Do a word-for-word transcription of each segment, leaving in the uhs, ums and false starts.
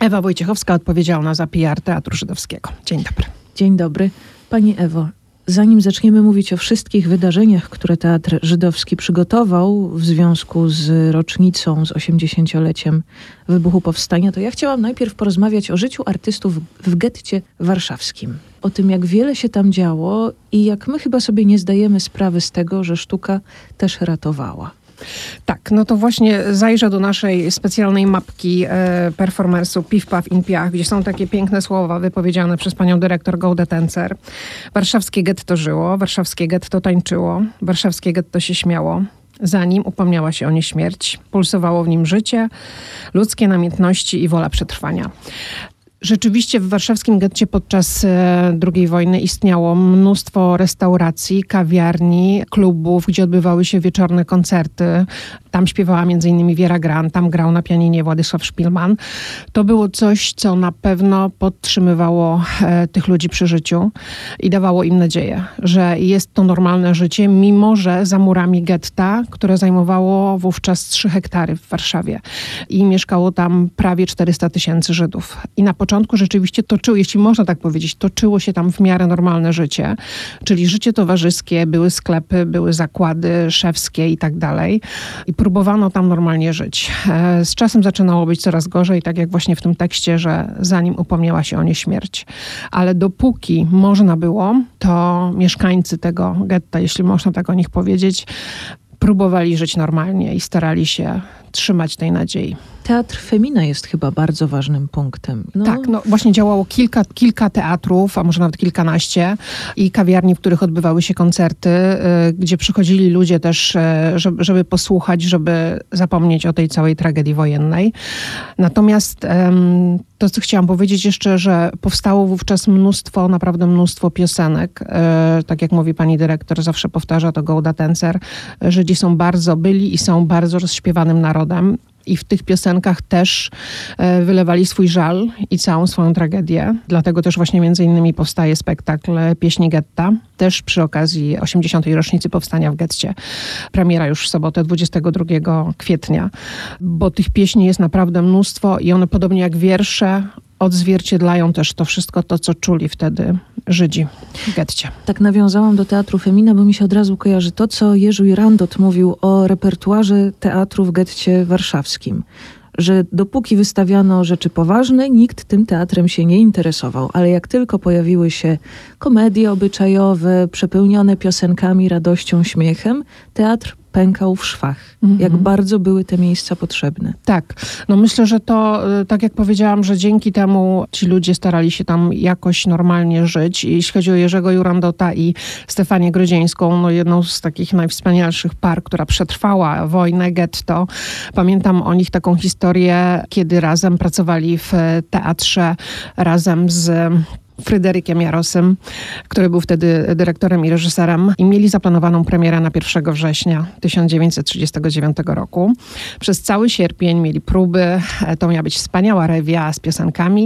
Ewa Wojciechowska, odpowiedzialna za P R Teatru Żydowskiego. Dzień dobry. Dzień dobry. Pani Ewo, zanim zaczniemy mówić o wszystkich wydarzeniach, które Teatr Żydowski przygotował w związku z rocznicą, z osiemdziesięcioleciem wybuchu powstania, to ja chciałam najpierw porozmawiać o życiu artystów w getcie warszawskim. O tym, jak wiele się tam działo i jak my chyba sobie nie zdajemy sprawy z tego, że sztuka też ratowała. Tak, no to właśnie zajrzę do naszej specjalnej mapki e, performance'u Piw, Paw in Piach, gdzie są takie piękne słowa wypowiedziane przez panią dyrektor Goudę Tencer. Warszawskie getto żyło, warszawskie getto tańczyło, warszawskie getto się śmiało. Zanim upomniała się o nie śmierć, pulsowało w nim życie, ludzkie namiętności i wola przetrwania. Rzeczywiście w warszawskim getcie podczas drugiej wojny istniało mnóstwo restauracji, kawiarni, klubów, gdzie odbywały się wieczorne koncerty. Tam śpiewała między innymi Wiera Gran, tam grał na pianinie Władysław Szpilman. To było coś, co na pewno podtrzymywało e, tych ludzi przy życiu i dawało im nadzieję, że jest to normalne życie, mimo że za murami getta, które zajmowało wówczas trzy hektary w Warszawie i mieszkało tam prawie czterysta tysięcy Żydów. I na początku rzeczywiście toczyło, jeśli można tak powiedzieć, toczyło się tam w miarę normalne życie, czyli życie towarzyskie, były sklepy, były zakłady szewskie i tak dalej. I próbowano tam normalnie żyć. Z czasem zaczynało być coraz gorzej, tak jak właśnie w tym tekście, że zanim upomniała się o nie śmierć. Ale dopóki można było, to mieszkańcy tego getta, jeśli można tak o nich powiedzieć, próbowali żyć normalnie i starali się trzymać tej nadziei. Teatr Femina jest chyba bardzo ważnym punktem. No. Tak, no właśnie działało kilka, kilka teatrów, a może nawet kilkanaście i kawiarni, w których odbywały się koncerty, y, gdzie przychodzili ludzie też, y, żeby, żeby posłuchać, żeby zapomnieć o tej całej tragedii wojennej. Natomiast ym, to, co chciałam powiedzieć jeszcze, że powstało wówczas mnóstwo, naprawdę mnóstwo piosenek. Y, tak jak mówi pani dyrektor, zawsze powtarza to Gouda Tencer. Żydzi są bardzo, byli i są bardzo rozśpiewanym narodem. I w tych piosenkach też e, wylewali swój żal i całą swoją tragedię. Dlatego też właśnie między innymi powstaje spektakl Pieśni getta, też przy okazji osiemdziesiątej rocznicy powstania w getcie. Premiera już w sobotę, dwudziestego drugiego kwietnia. Bo tych pieśni jest naprawdę mnóstwo i one podobnie jak wiersze odzwierciedlają też to wszystko, to co czuli wtedy Żydzi w getcie. Tak nawiązałam do Teatru Femina, bo mi się od razu kojarzy to, co Jerzy Randot mówił o repertuarze teatru w getcie warszawskim. Że dopóki wystawiano rzeczy poważne, nikt tym teatrem się nie interesował. Ale jak tylko pojawiły się komedie obyczajowe, przepełnione piosenkami, radością, śmiechem, teatr pękał w szwach. Mm-hmm. Jak bardzo były te miejsca potrzebne. Tak. No myślę, że to, tak jak powiedziałam, że dzięki temu ci ludzie starali się tam jakoś normalnie żyć. I jeśli chodzi o Jerzego Jurandota i Stefanię Grodzieńską, no jedną z takich najwspanialszych par, która przetrwała wojnę, getto. Pamiętam o nich taką historię, kiedy razem pracowali w teatrze, razem z Fryderykiem Jarosym, który był wtedy dyrektorem i reżyserem i mieli zaplanowaną premierę na pierwszego września tysiąc dziewięćset trzydziestego dziewiątego roku. Przez cały sierpień mieli próby, to miała być wspaniała rewia z piosenkami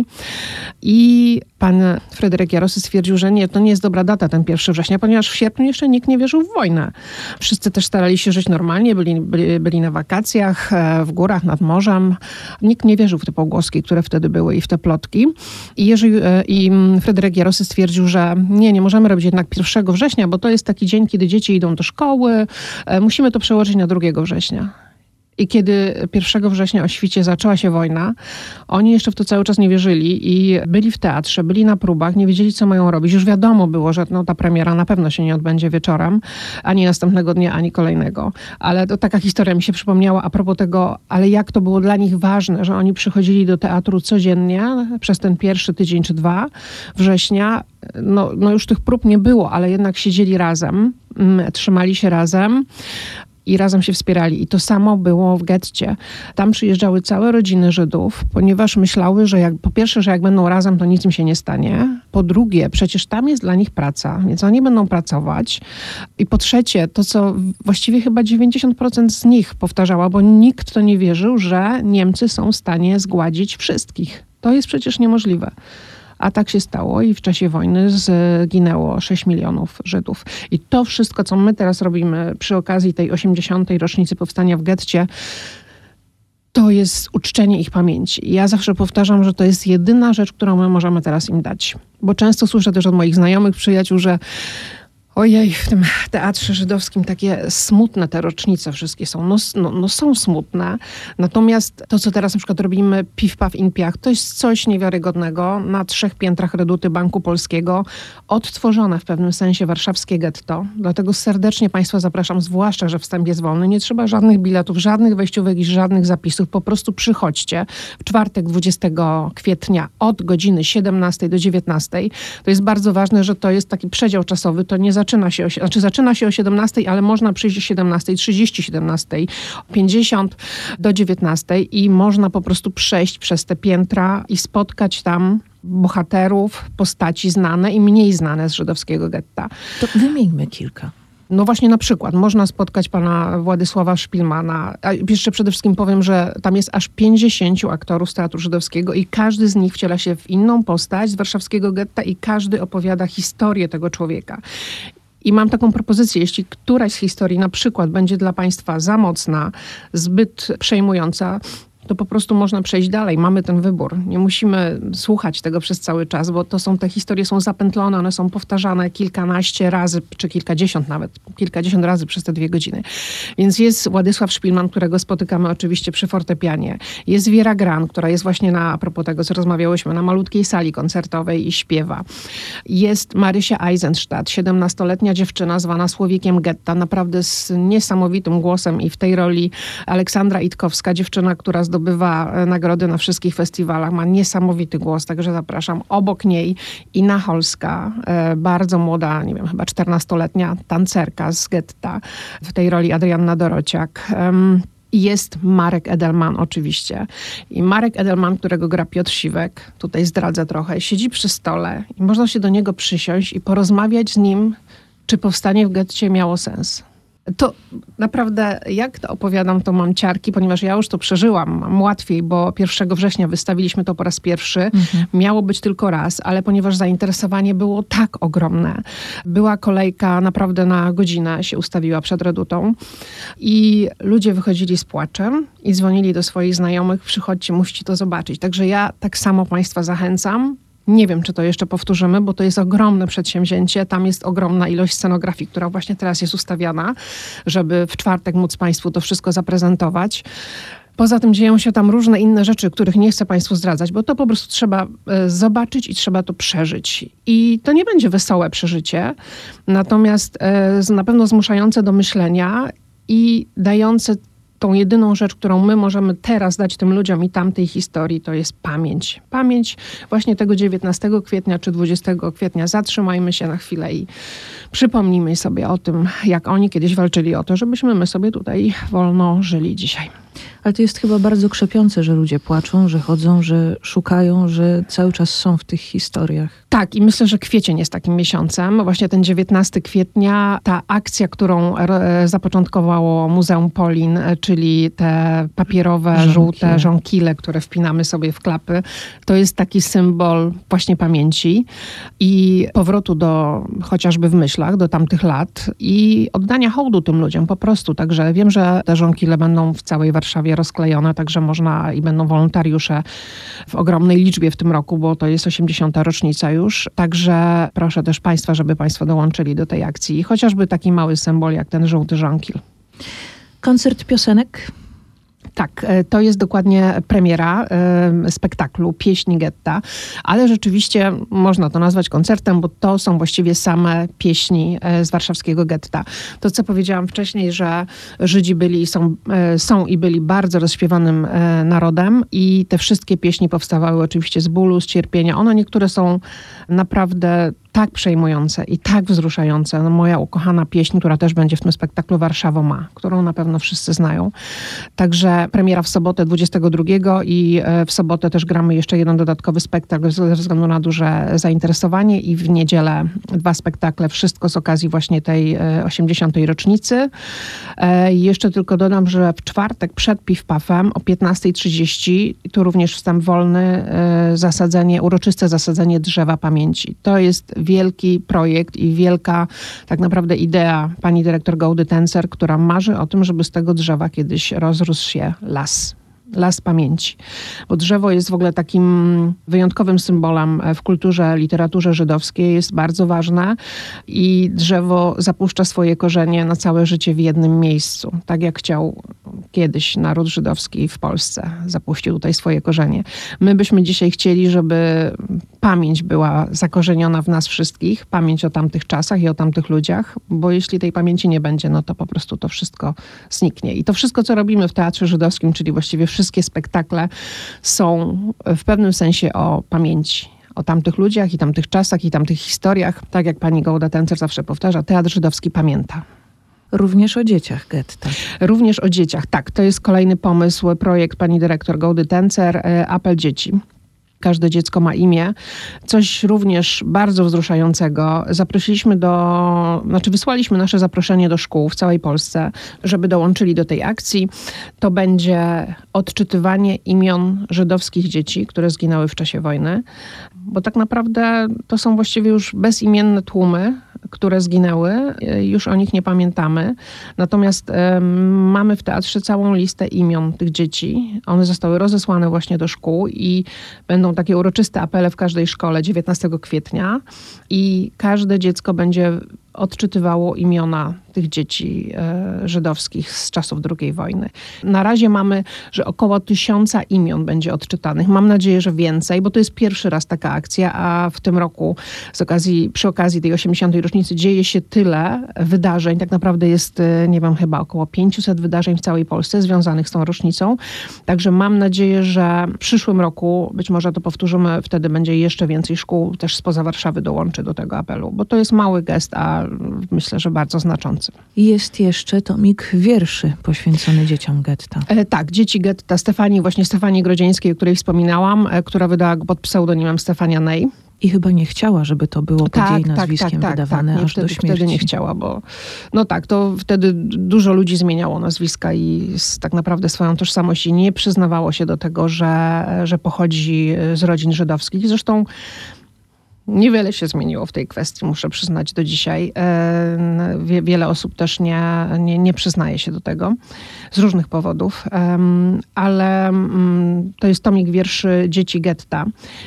i pan Fryderyk Jarosy stwierdził, że nie, to nie jest dobra data, ten pierwszego września, ponieważ w sierpniu jeszcze nikt nie wierzył w wojnę. Wszyscy też starali się żyć normalnie, byli, byli, byli na wakacjach, w górach, nad morzem. Nikt nie wierzył w te pogłoski, które wtedy były i w te plotki. I, Jerzy, i Fryderyk Jarosy stwierdził, że nie, nie możemy robić jednak pierwszego września, bo to jest taki dzień, kiedy dzieci idą do szkoły. Musimy to przełożyć na drugiego września. I kiedy pierwszego września o świcie zaczęła się wojna, oni jeszcze w to cały czas nie wierzyli i byli w teatrze, byli na próbach, nie wiedzieli, co mają robić. Już wiadomo było, że no, ta premiera na pewno się nie odbędzie wieczorem, ani następnego dnia, ani kolejnego. Ale to taka historia mi się przypomniała a propos tego, ale jak to było dla nich ważne, że oni przychodzili do teatru codziennie przez ten pierwszy tydzień czy dwa września. No, no już tych prób nie było, ale jednak siedzieli razem, trzymali się razem. I razem się wspierali. I to samo było w getcie. Tam przyjeżdżały całe rodziny Żydów, ponieważ myślały, że jak, po pierwsze, że jak będą razem, to nic im się nie stanie. Po drugie, przecież tam jest dla nich praca, więc oni będą pracować. I po trzecie, to co właściwie chyba dziewięćdziesiąt procent z nich powtarzała, bo nikt to nie wierzył, że Niemcy są w stanie zgładzić wszystkich. To jest przecież niemożliwe. A tak się stało i w czasie wojny zginęło sześć milionów Żydów. I to wszystko, co my teraz robimy przy okazji tej osiemdziesiątej rocznicy powstania w getcie, to jest uczczenie ich pamięci. Ja zawsze powtarzam, że to jest jedyna rzecz, którą my możemy teraz im dać. Bo często słyszę też od moich znajomych, przyjaciół, że ojej, w tym teatrze żydowskim takie smutne te rocznice wszystkie są. No, no, no są smutne. Natomiast to, co teraz na przykład robimy, Pif Paf in Piach, to jest coś niewiarygodnego. Na trzech piętrach reduty Banku Polskiego odtworzone w pewnym sensie warszawskie getto. Dlatego serdecznie Państwa zapraszam, zwłaszcza, że wstęp jest wolny. Nie trzeba żadnych biletów, żadnych wejściówek i żadnych zapisów. Po prostu przychodźcie w czwartek dwudziestego kwietnia od godziny siedemnastej do dziewiętnastej. To jest bardzo ważne, że to jest taki przedział czasowy. To nie Zaczyna się, o, znaczy zaczyna się o siedemnastej, ale można przyjść o siedemnastej trzydzieści, siedemnastej pięćdziesiąt do dziewiętnastej i można po prostu przejść przez te piętra i spotkać tam bohaterów, postaci znane i mniej znane z żydowskiego getta. To wymieńmy kilka. No właśnie na przykład można spotkać pana Władysława Szpilmana. A jeszcze przede wszystkim powiem, że tam jest aż pięćdziesięciu aktorów z teatru żydowskiego i każdy z nich wciela się w inną postać z warszawskiego getta i każdy opowiada historię tego człowieka. I mam taką propozycję, jeśli któraś z historii na przykład będzie dla Państwa za mocna, zbyt przejmująca, to po prostu można przejść dalej. Mamy ten wybór. Nie musimy słuchać tego przez cały czas, bo to są, te historie są zapętlone, one są powtarzane kilkanaście razy, czy kilkadziesiąt nawet, kilkadziesiąt razy przez te dwie godziny. Więc jest Władysław Szpilman, którego spotykamy oczywiście przy fortepianie. Jest Wiera Gran, która jest właśnie na, a propos tego, co rozmawiałyśmy, na malutkiej sali koncertowej i śpiewa. Jest Marysia Eisenstadt, siedemnastoletnia dziewczyna zwana Słowikiem Getta, naprawdę z niesamowitym głosem i w tej roli Aleksandra Itkowska, dziewczyna, która zdobyła zdobywa nagrody na wszystkich festiwalach, ma niesamowity głos, także zapraszam. Obok niej Ina Holska, bardzo młoda, nie wiem, chyba czternastoletnia tancerka z getta, w tej roli Adrianna Dorociak. Jest Marek Edelman oczywiście. I Marek Edelman, którego gra Piotr Siwek, tutaj zdradzę trochę, siedzi przy stole i można się do niego przysiąść i porozmawiać z nim, czy powstanie w getcie miało sens. To naprawdę, jak to opowiadam, to mam ciarki, ponieważ ja już to przeżyłam. Mam łatwiej, bo pierwszego września wystawiliśmy to po raz pierwszy. Mhm. Miało być tylko raz, ale ponieważ zainteresowanie było tak ogromne, była kolejka naprawdę na godzinę się ustawiła przed redutą i ludzie wychodzili z płaczem i dzwonili do swoich znajomych, przychodźcie, musicie to zobaczyć. Także ja tak samo Państwa zachęcam. Nie wiem, czy to jeszcze powtórzymy, bo to jest ogromne przedsięwzięcie. Tam jest ogromna ilość scenografii, która właśnie teraz jest ustawiana, żeby w czwartek móc Państwu to wszystko zaprezentować. Poza tym dzieją się tam różne inne rzeczy, których nie chcę Państwu zdradzać, bo to po prostu trzeba zobaczyć i trzeba to przeżyć. I to nie będzie wesołe przeżycie, natomiast na pewno zmuszające do myślenia i dające tą jedyną rzecz, którą my możemy teraz dać tym ludziom i tamtej historii, to jest pamięć. Pamięć właśnie tego dziewiętnastego kwietnia czy dwudziestego kwietnia. Zatrzymajmy się na chwilę i przypomnijmy sobie o tym, jak oni kiedyś walczyli o to, żebyśmy my sobie tutaj wolno żyli dzisiaj. Ale to jest chyba bardzo krzepiące, że ludzie płaczą, że chodzą, że szukają, że cały czas są w tych historiach. Tak, i myślę, że kwiecień jest takim miesiącem. Właśnie ten dziewiętnastego kwietnia, ta akcja, którą zapoczątkowało Muzeum Polin, czyli te papierowe, żonkile. żółte żonkile, które wpinamy sobie w klapy, to jest taki symbol właśnie pamięci i powrotu do, chociażby w myślach, do tamtych lat i oddania hołdu tym ludziom po prostu. Także wiem, że te żonkile będą w całej Warszawie rozklejone, także można i będą wolontariusze w ogromnej liczbie w tym roku, bo to jest osiemdziesiąta rocznica już. Także proszę też Państwa, żeby Państwo dołączyli do tej akcji. Chociażby taki mały symbol jak ten żółty żonkil. Koncert piosenek? Tak, to jest dokładnie premiera y, spektaklu Pieśni Getta, ale rzeczywiście można to nazwać koncertem, bo to są właściwie same pieśni y, z warszawskiego getta. To, co powiedziałam wcześniej, że Żydzi byli, są, y, są i byli bardzo rozśpiewanym y, narodem i te wszystkie pieśni powstawały oczywiście z bólu, z cierpienia. One niektóre są naprawdę tak przejmujące i tak wzruszające. No, moja ukochana pieśń, która też będzie w tym spektaklu Warszawo ma, którą na pewno wszyscy znają. Także premiera w sobotę dwudziestego drugiego i w sobotę też gramy jeszcze jeden dodatkowy spektakl ze względu na duże zainteresowanie i w niedzielę dwa spektakle, wszystko z okazji właśnie tej osiemdziesiątej rocznicy. I jeszcze tylko dodam, że w czwartek przed Pif Pafem o piętnasta trzydzieści, tu również wstęp wolny, zasadzenie, uroczyste zasadzenie drzewa pamięci. To jest wielki projekt i wielka tak naprawdę idea pani dyrektor Gołdy Tencer, która marzy o tym, żeby z tego drzewa kiedyś rozrósł się las. Las Pamięci. Bo drzewo jest w ogóle takim wyjątkowym symbolem w kulturze, literaturze żydowskiej. Jest bardzo ważne i drzewo zapuszcza swoje korzenie na całe życie w jednym miejscu. Tak jak chciał kiedyś naród żydowski w Polsce. Zapuścił tutaj swoje korzenie. My byśmy dzisiaj chcieli, żeby pamięć była zakorzeniona w nas wszystkich. Pamięć o tamtych czasach i o tamtych ludziach. Bo jeśli tej pamięci nie będzie, no to po prostu to wszystko zniknie. I to wszystko, co robimy w Teatrze Żydowskim, czyli właściwie wszystkie spektakle są w pewnym sensie o pamięci. O tamtych ludziach i tamtych czasach i tamtych historiach. Tak jak pani Gouda-Tencer zawsze powtarza, Teatr Żydowski pamięta. Również o dzieciach getta. Również o dzieciach, tak. To jest kolejny pomysł, projekt pani dyrektor Goudy-Tencer, Apel Dzieci. Każde dziecko ma imię. Coś również bardzo wzruszającego. Zaprosiliśmy do, znaczy wysłaliśmy nasze zaproszenie do szkół w całej Polsce, żeby dołączyli do tej akcji. To będzie odczytywanie imion żydowskich dzieci, które zginęły w czasie wojny. Bo tak naprawdę to są właściwie już bezimienne tłumy, które zginęły. Już o nich nie pamiętamy. Natomiast y, mamy w teatrze całą listę imion tych dzieci. One zostały rozesłane właśnie do szkół i będą takie uroczyste apele w każdej szkole dziewiętnastego kwietnia i każde dziecko będzie odczytywało imiona tych dzieci e, żydowskich z czasów drugiej wojny. Na razie mamy, że około tysiąca imion będzie odczytanych. Mam nadzieję, że więcej, bo to jest pierwszy raz taka akcja, a w tym roku z okazji, przy okazji tej osiemdziesiątej rocznicy dzieje się tyle wydarzeń. Tak naprawdę jest, nie wiem, chyba około pięćset wydarzeń w całej Polsce związanych z tą rocznicą. Także mam nadzieję, że w przyszłym roku, być może to powtórzymy, wtedy będzie jeszcze więcej szkół też spoza Warszawy dołączy do tego apelu, bo to jest mały gest, a myślę, że bardzo znaczący. Jest jeszcze tomik wierszy poświęcony dzieciom getta. E, tak, Dzieci getta Stefanii, właśnie Stefanii Grodzieńskiej, o której wspominałam, e, która wydała pod pseudonimem Stefania Nej. I chyba nie chciała, żeby to było pod tak, jej nazwiskiem tak, tak, wydawane tak, tak. aż wtedy, do śmierci. Wtedy nie chciała, bo no tak, to wtedy dużo ludzi zmieniało nazwiska i z, tak naprawdę swoją tożsamość i nie przyznawało się do tego, że, że pochodzi z rodzin żydowskich. Zresztą niewiele się zmieniło w tej kwestii, muszę przyznać do dzisiaj. Wie, wiele osób też nie, nie, nie przyznaje się do tego z różnych powodów, ale to jest tomik wierszy Dzieci getta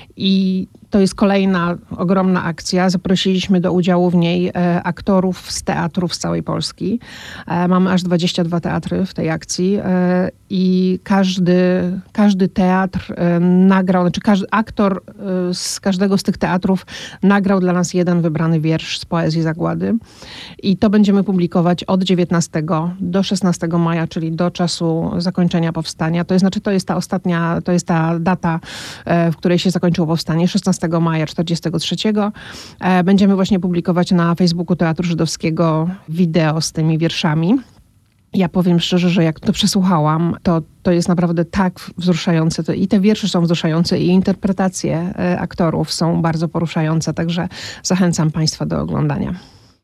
i to jest kolejna ogromna akcja. Zaprosiliśmy do udziału w niej e, aktorów z teatrów z całej Polski. E, mamy aż dwadzieścia dwa teatry w tej akcji e, i każdy, każdy teatr e, nagrał, znaczy każdy aktor e, z każdego z tych teatrów nagrał dla nas jeden wybrany wiersz z poezji Zagłady. I to będziemy publikować od dziewiętnastego do szesnastego maja, czyli do czasu zakończenia powstania. To jest, znaczy, to jest ta ostatnia, to jest ta data, e, w której się zakończyło powstanie, szesnastego maja czterdziestego trzeciego. Będziemy właśnie publikować na Facebooku Teatru Żydowskiego wideo z tymi wierszami. Ja powiem szczerze, że jak to przesłuchałam, to, to jest naprawdę tak wzruszające. To i te wiersze są wzruszające i interpretacje aktorów są bardzo poruszające, także zachęcam Państwa do oglądania.